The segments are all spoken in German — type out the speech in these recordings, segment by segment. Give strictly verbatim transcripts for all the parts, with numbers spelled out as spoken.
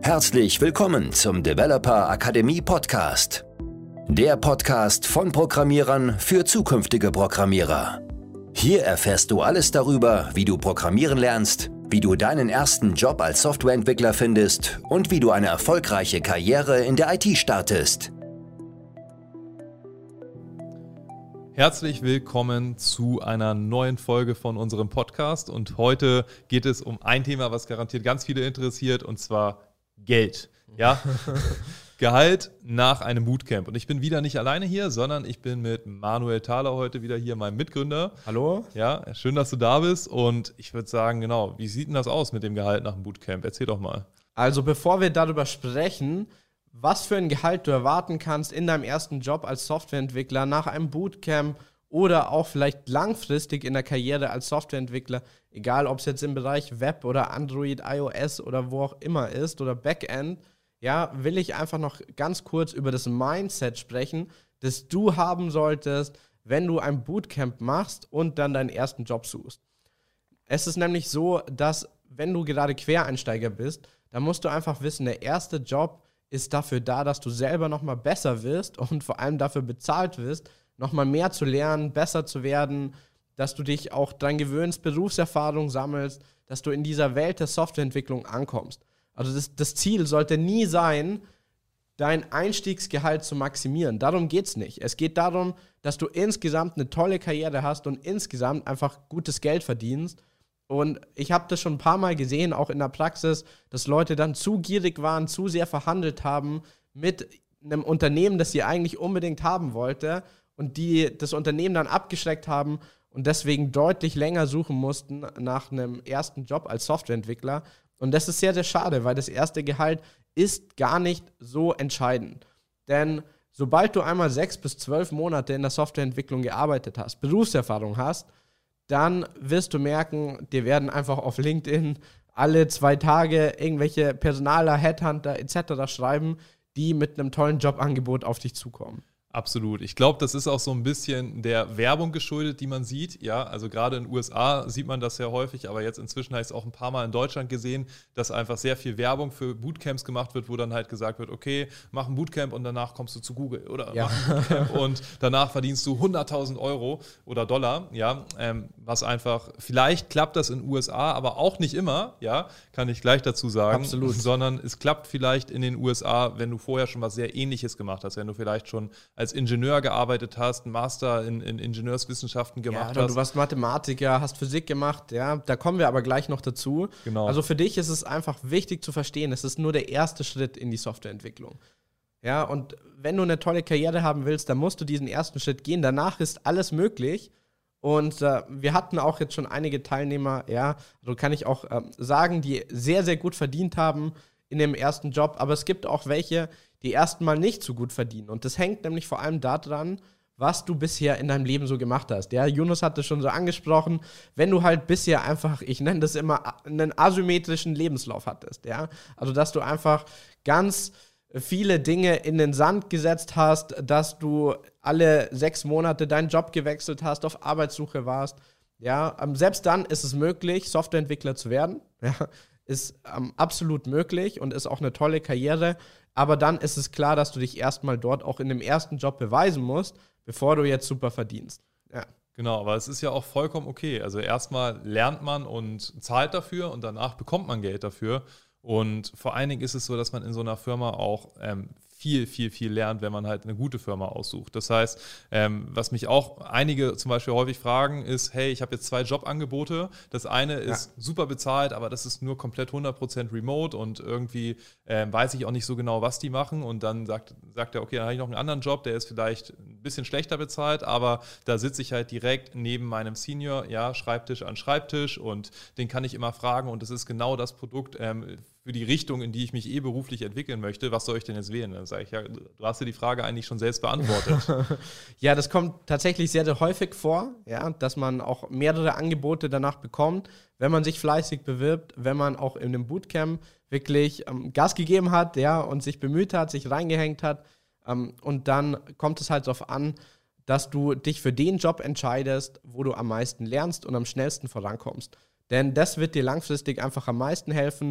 Herzlich willkommen zum Developer Akademie Podcast. Der Podcast von Programmierern für zukünftige Programmierer. Hier erfährst du alles darüber, wie du programmieren lernst, wie du deinen ersten Job als Softwareentwickler findest und wie du eine erfolgreiche Karriere in der I T startest. Herzlich willkommen zu einer neuen Folge von unserem Podcast und heute geht es um ein Thema, was garantiert ganz viele interessiert, und zwar Geld. Ja? Gehalt nach einem Bootcamp. Und ich bin wieder nicht alleine hier, sondern ich bin mit Manuel Thaler heute wieder hier, meinem Mitgründer. Hallo. Ja, schön, dass du da bist, und ich würde sagen, genau, wie sieht denn das aus mit dem Gehalt nach dem Bootcamp? Erzähl doch mal. Also bevor wir darüber sprechen, was für ein Gehalt du erwarten kannst in deinem ersten Job als Softwareentwickler nach einem Bootcamp oder auch vielleicht langfristig in der Karriere als Softwareentwickler, egal ob es jetzt im Bereich Web oder Android, iOS oder wo auch immer ist oder Backend, ja, will ich einfach noch ganz kurz über das Mindset sprechen, das du haben solltest, wenn du ein Bootcamp machst und dann deinen ersten Job suchst. Es ist nämlich so, dass wenn du gerade Quereinsteiger bist, dann musst du einfach wissen, der erste Job ist dafür da, dass du selber nochmal besser wirst und vor allem dafür bezahlt wirst, nochmal mehr zu lernen, besser zu werden, dass du dich auch dran gewöhnst, Berufserfahrung sammelst, dass du in dieser Welt der Softwareentwicklung ankommst. Also das, das Ziel sollte nie sein, dein Einstiegsgehalt zu maximieren. Darum geht es nicht. Es geht darum, dass du insgesamt eine tolle Karriere hast und insgesamt einfach gutes Geld verdienst. Und ich habe das schon ein paar Mal gesehen, auch in der Praxis, dass Leute dann zu gierig waren, zu sehr verhandelt haben mit einem Unternehmen, das sie eigentlich unbedingt haben wollte, und die das Unternehmen dann abgeschreckt haben und deswegen deutlich länger suchen mussten nach einem ersten Job als Softwareentwickler. Und das ist sehr, sehr schade, weil das erste Gehalt ist gar nicht so entscheidend. Denn sobald du einmal sechs bis zwölf Monate in der Softwareentwicklung gearbeitet hast, Berufserfahrung hast, dann wirst du merken, dir werden einfach auf LinkedIn alle zwei Tage irgendwelche Personaler, Headhunter et cetera schreiben, die mit einem tollen Jobangebot auf dich zukommen. Absolut. Ich glaube, das ist auch so ein bisschen der Werbung geschuldet, die man sieht. Ja, also gerade in den U S A sieht man das sehr häufig, aber jetzt inzwischen habe ich es auch ein paar Mal in Deutschland gesehen, dass einfach sehr viel Werbung für Bootcamps gemacht wird, wo dann halt gesagt wird, okay, mach ein Bootcamp und danach kommst du zu Google oder ja. mach ein Bootcamp und danach verdienst du hunderttausend Euro oder Dollar. Ja, ähm, was einfach, vielleicht klappt das in den U S A, aber auch nicht immer, ja, kann ich gleich dazu sagen. Absolut. Sondern es klappt vielleicht in den U S A, wenn du vorher schon was sehr Ähnliches gemacht hast, wenn du vielleicht schon als Ingenieur gearbeitet hast, einen Master in, in Ingenieurswissenschaften gemacht ja, hast. Du warst Mathematiker, hast Physik gemacht, ja, da kommen wir aber gleich noch dazu. Genau. Also für dich ist es einfach wichtig zu verstehen, es ist nur der erste Schritt in die Softwareentwicklung. Ja, und wenn du eine tolle Karriere haben willst, dann musst du diesen ersten Schritt gehen. Danach ist alles möglich. Und äh, wir hatten auch jetzt schon einige Teilnehmer, ja, also kann ich auch äh, sagen, die sehr, sehr gut verdient haben in dem ersten Job, aber es gibt auch welche, die erstmal nicht so gut verdienen. Und das hängt nämlich vor allem daran, was du bisher in deinem Leben so gemacht hast. Ja, Yunus hat das schon so angesprochen, wenn du halt bisher einfach, ich nenne das immer, einen asymmetrischen Lebenslauf hattest. Ja, also dass du einfach ganz viele Dinge in den Sand gesetzt hast, dass du alle sechs Monate deinen Job gewechselt hast, auf Arbeitssuche warst. Ja, selbst dann ist es möglich, Softwareentwickler zu werden. Ja, ist ähm, absolut möglich und ist auch eine tolle Karriere. Aber dann ist es klar, dass du dich erstmal dort auch in dem ersten Job beweisen musst, bevor du jetzt super verdienst. Ja. Genau, aber es ist ja auch vollkommen okay. Also erstmal lernt man und zahlt dafür und danach bekommt man Geld dafür. Und vor allen Dingen ist es so, dass man in so einer Firma auch ähm, viel, viel, viel lernt, wenn man halt eine gute Firma aussucht. Das heißt, ähm, was mich auch einige zum Beispiel häufig fragen, ist, hey, ich habe jetzt zwei Jobangebote. Das eine ist ja. super bezahlt, aber das ist nur komplett hundert Prozent remote und irgendwie ähm, weiß ich auch nicht so genau, was die machen. Und dann sagt, sagt er, okay, dann habe ich noch einen anderen Job, der ist vielleicht ein bisschen schlechter bezahlt, aber da sitze ich halt direkt neben meinem Senior, ja, Schreibtisch an Schreibtisch, und den kann ich immer fragen, und das ist genau das Produkt ähm, für die Richtung, in die ich mich eh beruflich entwickeln möchte. Was soll ich denn jetzt wählen? Dann sage ich, ja, du hast dir die Frage eigentlich schon selbst beantwortet. Ja, das kommt tatsächlich sehr, sehr häufig vor, ja, dass man auch mehrere Angebote danach bekommt, wenn man sich fleißig bewirbt, wenn man auch in einem Bootcamp wirklich ähm, Gas gegeben hat, ja, und sich bemüht hat, sich reingehängt hat. Ähm, und dann kommt es halt darauf an, dass du dich für den Job entscheidest, wo du am meisten lernst und am schnellsten vorankommst. Denn das wird dir langfristig einfach am meisten helfen,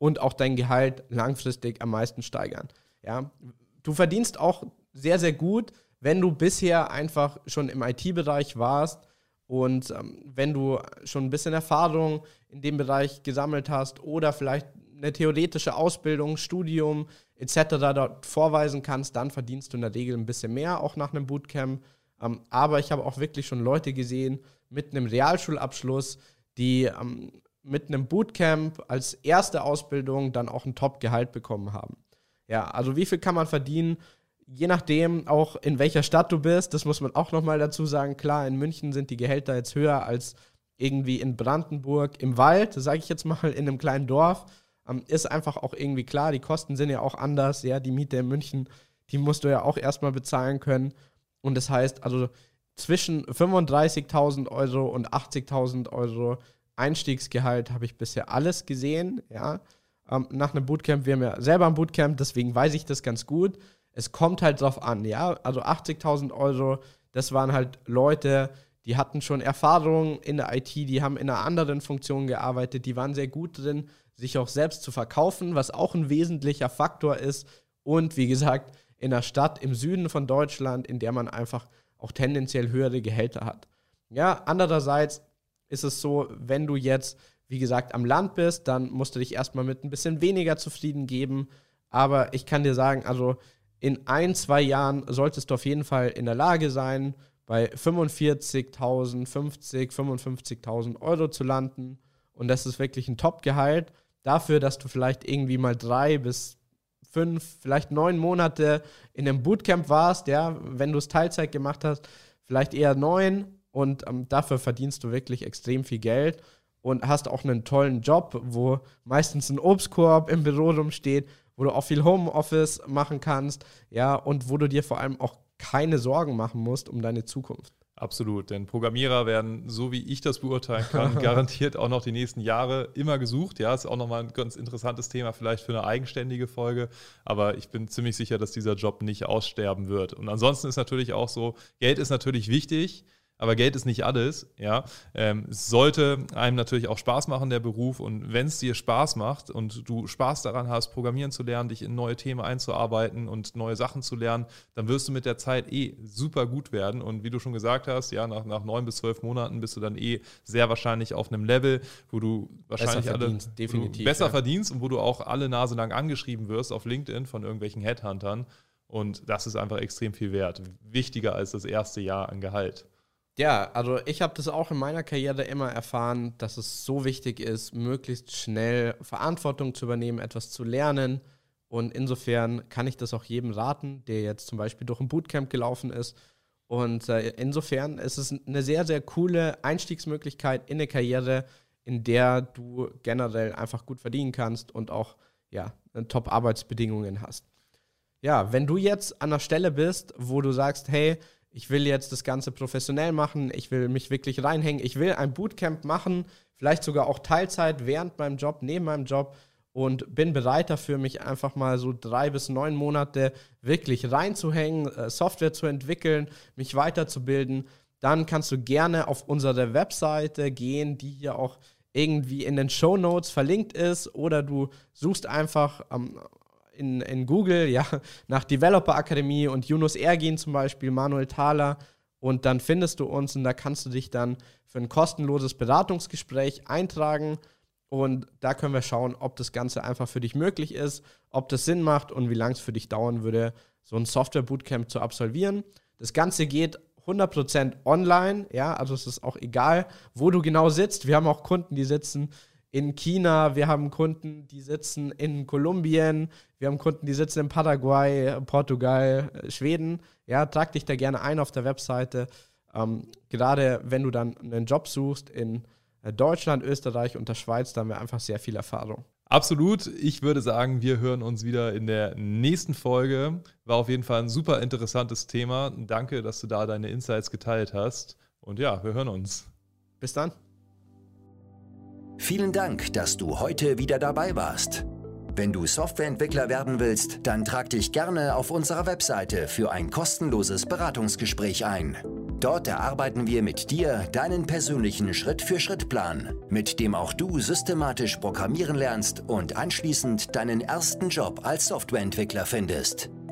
und auch dein Gehalt langfristig am meisten steigern. Ja? Du verdienst auch sehr, sehr gut, wenn du bisher einfach schon im I T-Bereich warst und ähm, wenn du schon ein bisschen Erfahrung in dem Bereich gesammelt hast oder vielleicht eine theoretische Ausbildung, Studium et cetera dort vorweisen kannst, dann verdienst du in der Regel ein bisschen mehr, auch nach einem Bootcamp. Ähm, aber ich habe auch wirklich schon Leute gesehen mit einem Realschulabschluss, die ähm, mit einem Bootcamp als erste Ausbildung dann auch ein Top-Gehalt bekommen haben. Ja, also wie viel kann man verdienen? Je nachdem auch in welcher Stadt du bist, das muss man auch nochmal dazu sagen. Klar, in München sind die Gehälter jetzt höher als irgendwie in Brandenburg im Wald, sage ich jetzt mal, in einem kleinen Dorf. Ähm, ist einfach auch irgendwie klar, die Kosten sind ja auch anders. Ja, die Miete in München, die musst du ja auch erstmal bezahlen können. Und das heißt, also zwischen fünfunddreißigtausend Euro und achtzigtausend Euro Einstiegsgehalt habe ich bisher alles gesehen. Ja, ähm, nach einem Bootcamp, wir haben ja selber ein Bootcamp, deswegen weiß ich das ganz gut. Es kommt halt drauf an, ja, also achtzigtausend Euro, das waren halt Leute, die hatten schon Erfahrung in der I T, die haben in einer anderen Funktion gearbeitet, die waren sehr gut drin, sich auch selbst zu verkaufen, was auch ein wesentlicher Faktor ist und wie gesagt, in einer Stadt im Süden von Deutschland, in der man einfach auch tendenziell höhere Gehälter hat. Ja, andererseits ist es so, wenn du jetzt, wie gesagt, am Land bist, dann musst du dich erstmal mit ein bisschen weniger zufrieden geben, aber ich kann dir sagen, also in ein, zwei Jahren solltest du auf jeden Fall in der Lage sein, bei fünfundvierzigtausend, fünfzig, fünfundfünfzigtausend Euro zu landen. Und das ist wirklich ein Top-Gehalt dafür, dass du vielleicht irgendwie mal drei bis fünf, vielleicht neun Monate in einem Bootcamp warst. Ja, wenn du es Teilzeit gemacht hast, vielleicht eher neun. Und ähm, dafür verdienst du wirklich extrem viel Geld und hast auch einen tollen Job, wo meistens ein Obstkorb im Büro rumsteht, wo du auch viel Homeoffice machen kannst, ja, und wo du dir vor allem auch keine Sorgen machen musst um deine Zukunft. Absolut, denn Programmierer werden, so wie ich das beurteilen kann, garantiert auch noch die nächsten Jahre immer gesucht. Ja, ist auch nochmal ein ganz interessantes Thema, vielleicht für eine eigenständige Folge, aber ich bin ziemlich sicher, dass dieser Job nicht aussterben wird. Und ansonsten ist natürlich auch so, Geld ist natürlich wichtig, aber Geld ist nicht alles, ja. Ähm, es sollte einem natürlich auch Spaß machen, der Beruf. Und wenn es dir Spaß macht und du Spaß daran hast, Programmieren zu lernen, dich in neue Themen einzuarbeiten und neue Sachen zu lernen, dann wirst du mit der Zeit eh super gut werden. Und wie du schon gesagt hast, ja, nach, nach neun bis zwölf Monaten bist du dann eh sehr wahrscheinlich auf einem Level, wo du wahrscheinlich besser alle verdienst, definitiv, besser ja. verdienst und wo du auch alle Nase lang angeschrieben wirst auf LinkedIn von irgendwelchen Headhuntern. Und das ist einfach extrem viel wert. Wichtiger als das erste Jahr an Gehalt. Ja, also ich habe das auch in meiner Karriere immer erfahren, dass es so wichtig ist, möglichst schnell Verantwortung zu übernehmen, etwas zu lernen. Und insofern kann ich das auch jedem raten, der jetzt zum Beispiel durch ein Bootcamp gelaufen ist. Und äh, insofern ist es eine sehr, sehr coole Einstiegsmöglichkeit in eine Karriere, in der du generell einfach gut verdienen kannst und auch ja, Top-Arbeitsbedingungen hast. Ja, wenn du jetzt an der Stelle bist, wo du sagst, hey, ich will jetzt das Ganze professionell machen, ich will mich wirklich reinhängen, ich will ein Bootcamp machen, vielleicht sogar auch Teilzeit während meinem Job, neben meinem Job und bin bereit dafür, mich einfach mal so drei bis neun Monate wirklich reinzuhängen, Software zu entwickeln, mich weiterzubilden, dann kannst du gerne auf unsere Webseite gehen, die hier auch irgendwie in den Shownotes verlinkt ist, oder du suchst einfach ähm, In, in Google, ja, nach Developer Akademie und Yunus Ergin zum Beispiel, Manuel Thaler, und dann findest du uns und da kannst du dich dann für ein kostenloses Beratungsgespräch eintragen und da können wir schauen, ob das Ganze einfach für dich möglich ist, ob das Sinn macht und wie lange es für dich dauern würde, so ein Software-Bootcamp zu absolvieren. Das Ganze geht hundert Prozent online, ja, also es ist auch egal, wo du genau sitzt. Wir haben auch Kunden, die sitzen in China, wir haben Kunden, die sitzen in Kolumbien, wir haben Kunden, die sitzen in Paraguay, Portugal, Schweden. Ja, trag dich da gerne ein auf der Webseite. Ähm, gerade wenn du dann einen Job suchst in Deutschland, Österreich und der Schweiz, da haben wir einfach sehr viel Erfahrung. Absolut. Ich würde sagen, wir hören uns wieder in der nächsten Folge. War auf jeden Fall ein super interessantes Thema. Danke, dass du da deine Insights geteilt hast. Und ja, wir hören uns. Bis dann. Vielen Dank, dass du heute wieder dabei warst. Wenn du Softwareentwickler werden willst, dann trag dich gerne auf unserer Webseite für ein kostenloses Beratungsgespräch ein. Dort erarbeiten wir mit dir deinen persönlichen Schritt-für-Schritt-Plan, mit dem auch du systematisch programmieren lernst und anschließend deinen ersten Job als Softwareentwickler findest.